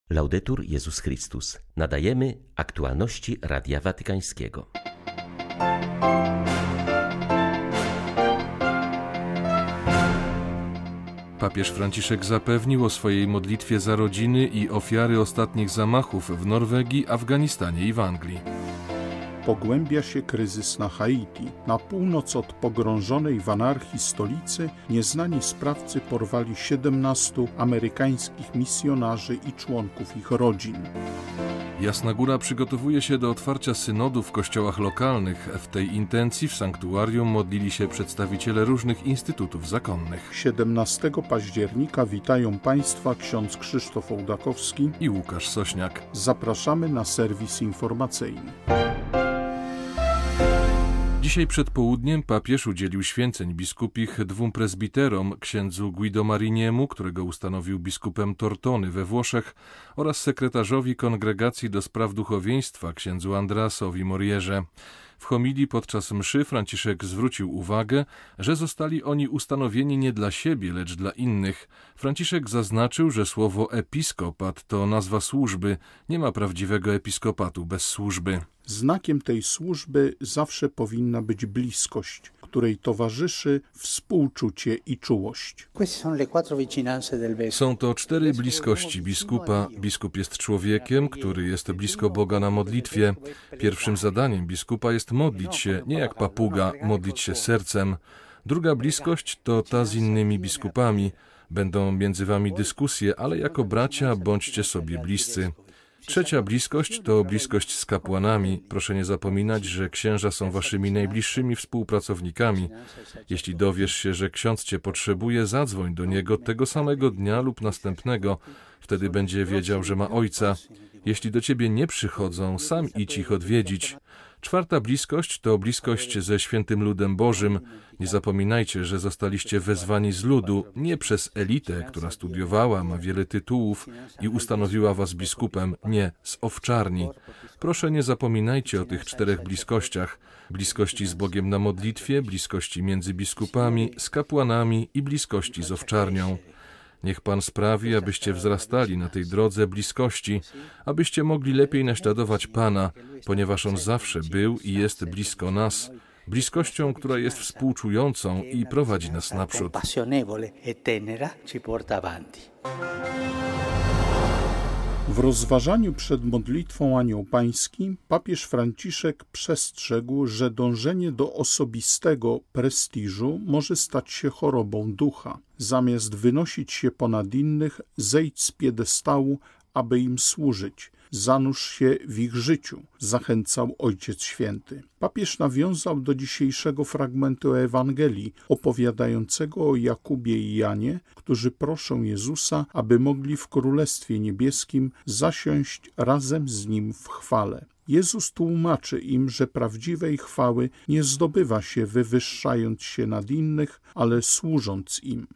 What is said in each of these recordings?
Laudetur Jezus Chrystus. Nadajemy aktualności Radia Watykańskiego. Papież Franciszek zapewnił o swojej modlitwie za rodziny i ofiary ostatnich zamachów w Norwegii, Afganistanie i w Anglii. Pogłębia się kryzys na Haiti. Na północ od pogrążonej w anarchii stolicy nieznani sprawcy porwali 17 amerykańskich misjonarzy i członków ich rodzin. Jasna Góra przygotowuje się do otwarcia synodu w kościołach lokalnych. W tej intencji w sanktuarium modlili się przedstawiciele różnych instytutów zakonnych. 17 października witają Państwa ksiądz Krzysztof Ołdakowski i Łukasz Sośniak. Zapraszamy na serwis informacyjny. Dzisiaj przed południem papież udzielił święceń biskupich 2 prezbiterom, księdzu Guido Mariniemu, którego ustanowił biskupem Tortony we Włoszech, oraz sekretarzowi Kongregacji do Spraw Duchowieństwa, księdzu Andreasowi Morierze. W homilii podczas mszy Franciszek zwrócił uwagę, że zostali oni ustanowieni nie dla siebie, lecz dla innych. Franciszek zaznaczył, że słowo episkopat to nazwa służby. Nie ma prawdziwego episkopatu bez służby. Znakiem tej służby zawsze powinna być bliskość, której towarzyszy współczucie i czułość. Są to 4 bliskości biskupa. Biskup jest człowiekiem, który jest blisko Boga na modlitwie. Pierwszym zadaniem biskupa jest modlić się, nie jak papuga, modlić się sercem. Druga bliskość to ta z innymi biskupami. Będą między wami dyskusje, ale jako bracia bądźcie sobie bliscy. Trzecia bliskość to bliskość z kapłanami. Proszę nie zapominać, że księża są waszymi najbliższymi współpracownikami. Jeśli dowiesz się, że ksiądz cię potrzebuje, zadzwoń do niego tego samego dnia lub następnego. Wtedy będzie wiedział, że ma ojca. Jeśli do ciebie nie przychodzą, sam idź ich odwiedzić. Czwarta bliskość to bliskość ze świętym ludem Bożym. Nie zapominajcie, że zostaliście wezwani z ludu, nie przez elitę, która studiowała, ma wiele tytułów i ustanowiła was biskupem, nie, z owczarni. Proszę nie zapominajcie o tych 4 bliskościach. Bliskości z Bogiem na modlitwie, bliskości między biskupami, z kapłanami i bliskości z owczarnią. Niech Pan sprawi, abyście wzrastali na tej drodze bliskości, abyście mogli lepiej naśladować Pana, ponieważ On zawsze był i jest blisko nas, bliskością, która jest współczującą i prowadzi nas naprzód. W rozważaniu przed modlitwą Anioł Pański papież Franciszek przestrzegł, że dążenie do osobistego prestiżu może stać się chorobą ducha. Zamiast wynosić się ponad innych, zejdź z piedestału, aby im służyć. Zanurz się w ich życiu, zachęcał Ojciec Święty. Papież nawiązał do dzisiejszego fragmentu Ewangelii, opowiadającego o Jakubie i Janie, którzy proszą Jezusa, aby mogli w Królestwie Niebieskim zasiąść razem z Nim w chwale. Jezus tłumaczy im, że prawdziwej chwały nie zdobywa się wywyższając się nad innych, ale służąc im.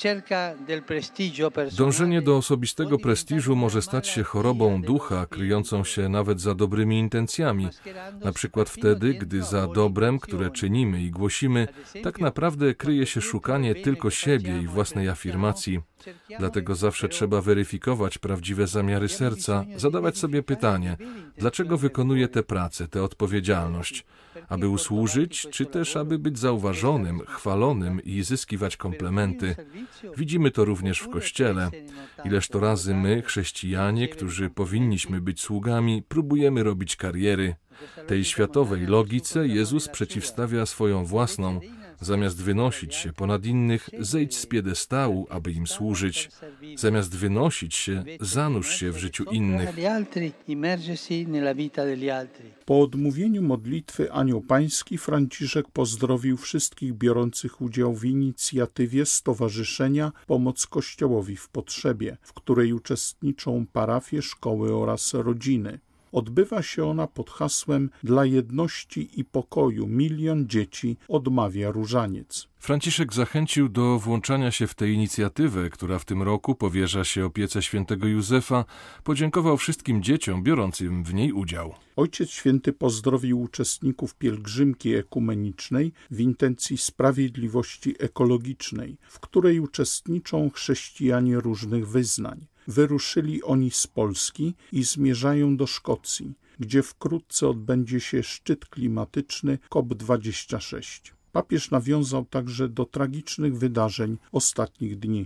Dążenie do osobistego prestiżu może stać się chorobą ducha, kryjącą się nawet za dobrymi intencjami. Na przykład wtedy, gdy za dobrem, które czynimy i głosimy, tak naprawdę kryje się szukanie tylko siebie i własnej afirmacji. Dlatego zawsze trzeba weryfikować prawdziwe zamiary serca, zadawać sobie pytanie, dlaczego wykonuję tę pracę, tę odpowiedzialność? Aby usłużyć, czy też aby być zauważonym, chwalonym i zyskiwać komplementy? Widzimy to również w Kościele. Ileż to razy my, chrześcijanie, którzy powinniśmy być sługami, próbujemy robić kariery. Tej światowej logice Jezus przeciwstawia swoją własną. Zamiast wynosić się ponad innych, zejdź z piedestału, aby im służyć. Zamiast wynosić się, zanurz się w życiu innych. Po odmówieniu modlitwy Anioł Pański Franciszek pozdrowił wszystkich biorących udział w inicjatywie Stowarzyszenia Pomoc Kościołowi w Potrzebie, w której uczestniczą parafie, szkoły oraz rodziny. Odbywa się ona pod hasłem „Dla jedności i pokoju 1 000 000 dzieci odmawia różaniec”. Franciszek zachęcił do włączania się w tę inicjatywę, która w tym roku powierza się opiece świętego Józefa, podziękował wszystkim dzieciom biorącym w niej udział. Ojciec Święty pozdrowił uczestników pielgrzymki ekumenicznej w intencji sprawiedliwości ekologicznej, w której uczestniczą chrześcijanie różnych wyznań. wyruszyli oni z Polski i zmierzają do Szkocji, gdzie wkrótce odbędzie się szczyt klimatyczny COP26. Papież nawiązał także do tragicznych wydarzeń ostatnich dni.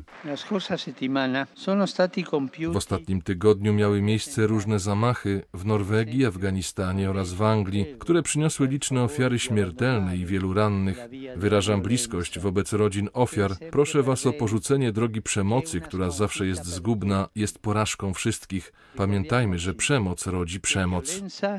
W ostatnim tygodniu miały miejsce różne zamachy w Norwegii, Afganistanie oraz w Anglii, które przyniosły liczne ofiary śmiertelne i wielu rannych. Wyrażam bliskość wobec rodzin ofiar. Proszę Was o porzucenie drogi przemocy, która zawsze jest zgubna, jest porażką wszystkich. Pamiętajmy, że przemoc rodzi przemoc.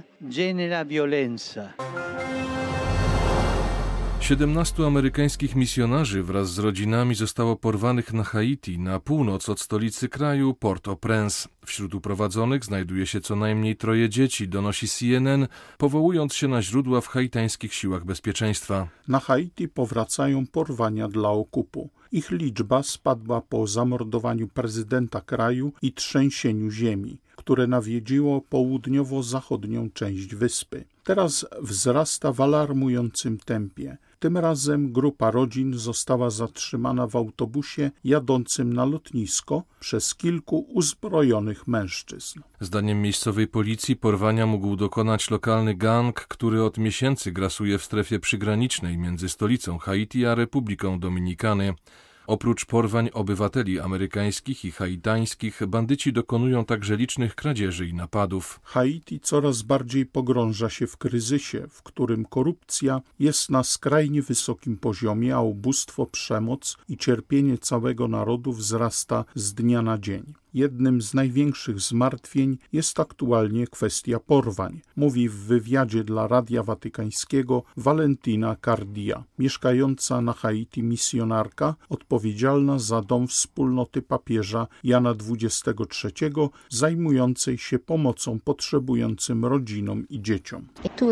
17 amerykańskich misjonarzy wraz z rodzinami zostało porwanych na Haiti, na północ od stolicy kraju, Port-au-Prince. Wśród uprowadzonych znajduje się co najmniej 3 dzieci, donosi CNN, powołując się na źródła w haitańskich siłach bezpieczeństwa. Na Haiti powracają porwania dla okupu. Ich liczba spadła po zamordowaniu prezydenta kraju i trzęsieniu ziemi, które nawiedziło południowo-zachodnią część wyspy. Teraz wzrasta w alarmującym tempie. Tym razem grupa rodzin została zatrzymana w autobusie jadącym na lotnisko przez kilku uzbrojonych mężczyzn. Zdaniem miejscowej policji porwania mógł dokonać lokalny gang, który od miesięcy grasuje w strefie przygranicznej między stolicą Haiti a Republiką Dominikany. Oprócz porwań obywateli amerykańskich i haitańskich, bandyci dokonują także licznych kradzieży i napadów. Haiti coraz bardziej pogrąża się w kryzysie, w którym korupcja jest na skrajnie wysokim poziomie, a ubóstwo, przemoc i cierpienie całego narodu wzrasta z dnia na dzień. Jednym z największych zmartwień jest aktualnie kwestia porwań, mówi w wywiadzie dla Radia Watykańskiego Valentina Cardia, mieszkająca na Haiti misjonarka, odpowiedzialna za dom wspólnoty papieża Jana XXIII, zajmującej się pomocą potrzebującym rodzinom i dzieciom.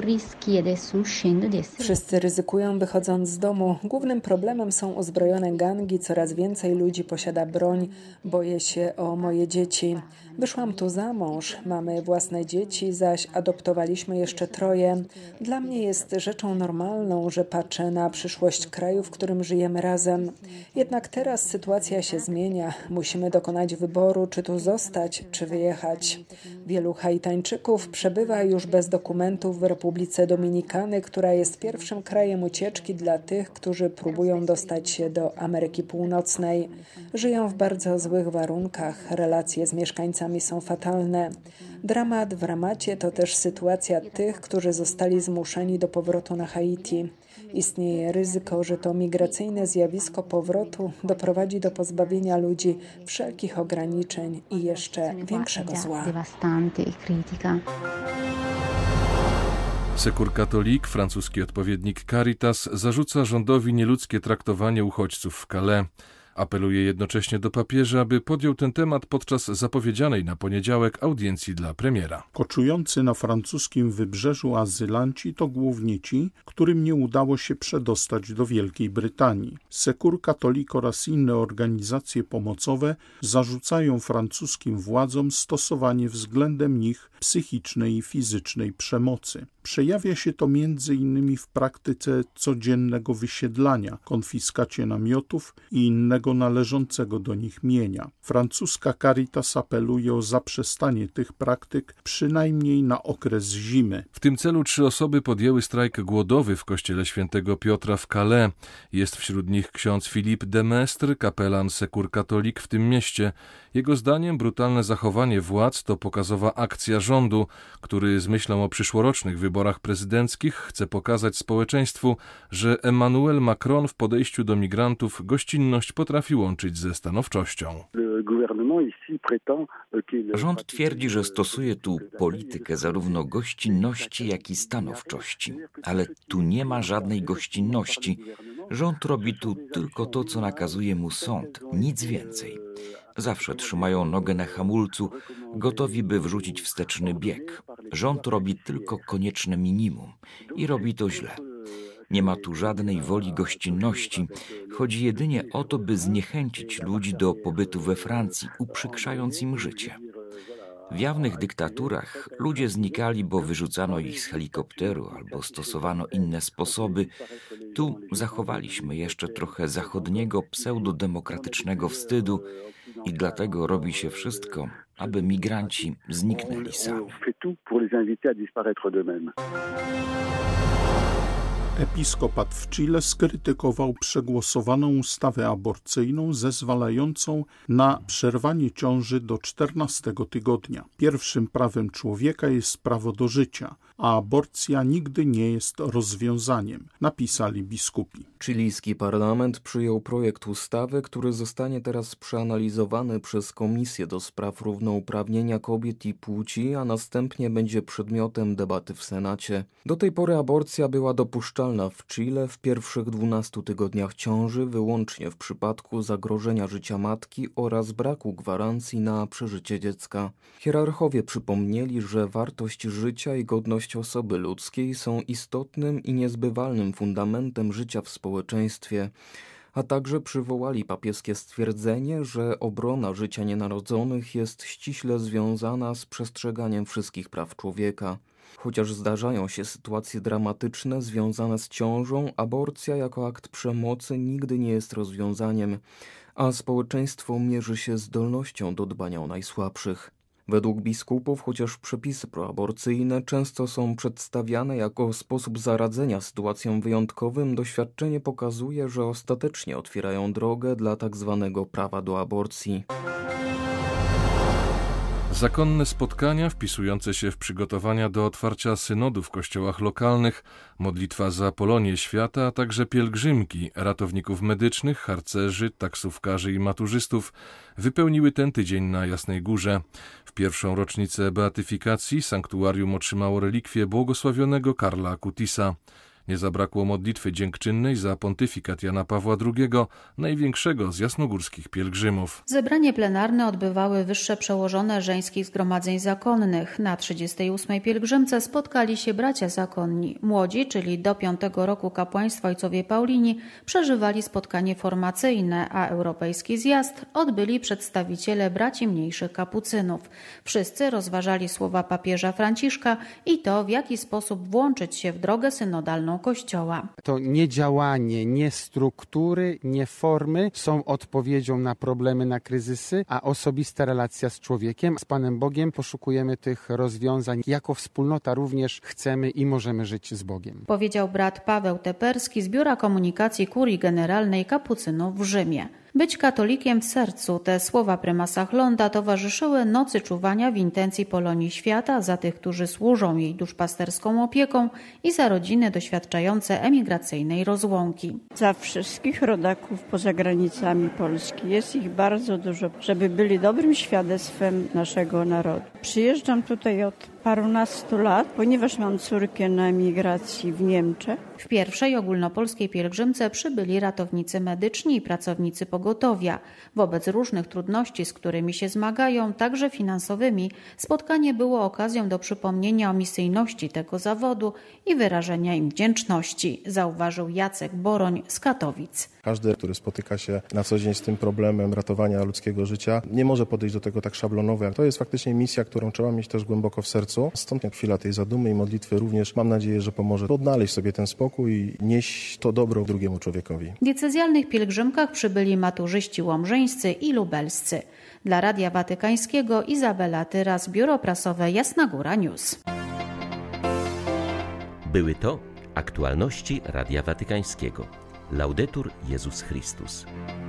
Wszyscy ryzykują wychodząc z domu. Głównym problemem są uzbrojone gangi, coraz więcej ludzi posiada broń, boję się o moje dzieci. Wyszłam tu za mąż, mamy własne dzieci, zaś adoptowaliśmy jeszcze 3. Dla mnie jest rzeczą normalną, że patrzę na przyszłość kraju, w którym żyjemy razem. Jednak teraz sytuacja się zmienia. Musimy dokonać wyboru, czy tu zostać, czy wyjechać. Wielu Haitańczyków przebywa już bez dokumentów w Republice Dominikany, która jest pierwszym krajem ucieczki dla tych, którzy próbują dostać się do Ameryki Północnej. Żyją w bardzo złych warunkach. Relacje z mieszkańcami są fatalne. Dramat w dramacie to też sytuacja tych, którzy zostali zmuszeni do powrotu na Haiti. Istnieje ryzyko, że to migracyjne zjawisko powrotu doprowadzi do pozbawienia ludzi wszelkich ograniczeń i jeszcze większego zła. Secours Catholique, francuski odpowiednik Caritas, zarzuca rządowi nieludzkie traktowanie uchodźców w Calais. Apeluje jednocześnie do papieża, aby podjął ten temat podczas zapowiedzianej na poniedziałek audiencji dla premiera. Koczujący na francuskim wybrzeżu azylanci to głównie ci, którym nie udało się przedostać do Wielkiej Brytanii. Secours Catholique oraz inne organizacje pomocowe zarzucają francuskim władzom stosowanie względem nich psychicznej i fizycznej przemocy. Przejawia się to m.in. w praktyce codziennego wysiedlania, konfiskacie namiotów i innego należącego do nich mienia. Francuska Caritas apeluje o zaprzestanie tych praktyk przynajmniej na okres zimy. W tym celu 3 osoby podjęły strajk głodowy w kościele świętego Piotra w Calais. Jest wśród nich ksiądz Philippe Demestre, kapelan Secours Catholique w tym mieście. Jego zdaniem brutalne zachowanie władz to pokazowa akcja rządu, który z myślą o przyszłorocznych wyborach prezydenckich chce pokazać społeczeństwu, że Emmanuel Macron w podejściu do migrantów gościnność potrafi łączyć ze stanowczością. Rząd twierdzi, że stosuje tu politykę zarówno gościnności, jak i stanowczości. Ale tu nie ma żadnej gościnności. Rząd robi tu tylko to, co nakazuje mu sąd, nic więcej. Zawsze trzymają nogę na hamulcu, gotowi by wrzucić wsteczny bieg. Rząd robi tylko konieczne minimum i robi to źle. Nie ma tu żadnej woli gościnności. Chodzi jedynie o to, by zniechęcić ludzi do pobytu we Francji, uprzykrzając im życie. W jawnych dyktaturach ludzie znikali, bo wyrzucano ich z helikopteru albo stosowano inne sposoby. Tu zachowaliśmy jeszcze trochę zachodniego, pseudodemokratycznego wstydu I dlatego robi się wszystko, aby migranci zniknęli sami. Episkopat w Chile skrytykował przegłosowaną ustawę aborcyjną zezwalającą na przerwanie ciąży do 14 tygodnia. Pierwszym prawem człowieka jest prawo do życia, a aborcja nigdy nie jest rozwiązaniem, napisali biskupi. Chilijski parlament przyjął projekt ustawy, który zostanie teraz przeanalizowany przez Komisję do Spraw Równouprawnienia Kobiet i Płci, a następnie będzie przedmiotem debaty w Senacie. Do tej pory aborcja była dopuszczalna w Chile w pierwszych 12 tygodniach ciąży, wyłącznie w przypadku zagrożenia życia matki oraz braku gwarancji na przeżycie dziecka. Hierarchowie przypomnieli, że wartość życia i godność osoby ludzkiej są istotnym i niezbywalnym fundamentem życia w społeczeństwie, a także przywołali papieskie stwierdzenie, że obrona życia nienarodzonych jest ściśle związana z przestrzeganiem wszystkich praw człowieka. Chociaż zdarzają się sytuacje dramatyczne związane z ciążą, aborcja jako akt przemocy nigdy nie jest rozwiązaniem, a społeczeństwo mierzy się zdolnością do dbania o najsłabszych. Według biskupów, chociaż przepisy proaborcyjne często są przedstawiane jako sposób zaradzenia sytuacjom wyjątkowym, doświadczenie pokazuje, że ostatecznie otwierają drogę dla tzw. prawa do aborcji. Zakonne spotkania wpisujące się w przygotowania do otwarcia synodu w kościołach lokalnych, modlitwa za Polonię świata, a także pielgrzymki, ratowników medycznych, harcerzy, taksówkarzy i maturzystów wypełniły ten tydzień na Jasnej Górze. W pierwszą rocznicę beatyfikacji sanktuarium otrzymało relikwie błogosławionego Karla Akutisa. Nie zabrakło modlitwy dziękczynnej za pontyfikat Jana Pawła II, największego z jasnogórskich pielgrzymów. Zebranie plenarne odbywały wyższe przełożone żeńskich zgromadzeń zakonnych. Na 38. pielgrzymce spotkali się bracia zakonni. Młodzi, czyli do 5 roku kapłaństwa ojcowie Paulini, przeżywali spotkanie formacyjne, a europejski zjazd odbyli przedstawiciele braci mniejszych kapucynów. Wszyscy rozważali słowa papieża Franciszka i to, w jaki sposób włączyć się w drogę synodalną Kościoła. To nie działanie, nie struktury, nie formy są odpowiedzią na problemy, na kryzysy, a osobista relacja z człowiekiem, z Panem Bogiem. Poszukujemy tych rozwiązań. Jako wspólnota również chcemy i możemy żyć z Bogiem. Powiedział brat Paweł Teperski z Biura Komunikacji Kurii Generalnej Kapucynów w Rzymie. Być katolikiem w sercu, te słowa prymasa Chlonda towarzyszyły nocy czuwania w intencji Polonii świata za tych, którzy służą jej duszpasterską opieką i za rodziny doświadczające emigracyjnej rozłąki. Za wszystkich rodaków poza granicami Polski. Jest ich bardzo dużo, żeby byli dobrym świadectwem naszego narodu. Przyjeżdżam tutaj od parunastu lat, ponieważ mam córkę na emigracji w Niemczech. W pierwszej ogólnopolskiej pielgrzymce przybyli ratownicy medyczni i pracownicy pogotowia. Wobec różnych trudności, z którymi się zmagają, także finansowymi, spotkanie było okazją do przypomnienia o misyjności tego zawodu i wyrażenia im wdzięczności, zauważył Jacek Boroń z Katowic. Każdy, który spotyka się na co dzień z tym problemem ratowania ludzkiego życia, nie może podejść do tego tak szablonowo. To jest faktycznie misja, którą trzeba mieć też głęboko w sercu. Stąd chwila tej zadumy i modlitwy również mam nadzieję, że pomoże odnaleźć sobie ten spokój i nieść to dobro drugiemu człowiekowi. W diecezjalnych pielgrzymkach przybyli maturzyści łomżyńscy i lubelscy. Dla Radia Watykańskiego Izabela Tyras, Biuro Prasowe Jasna Góra News. Były to aktualności Radia Watykańskiego. Laudetur Jezus Chrystus.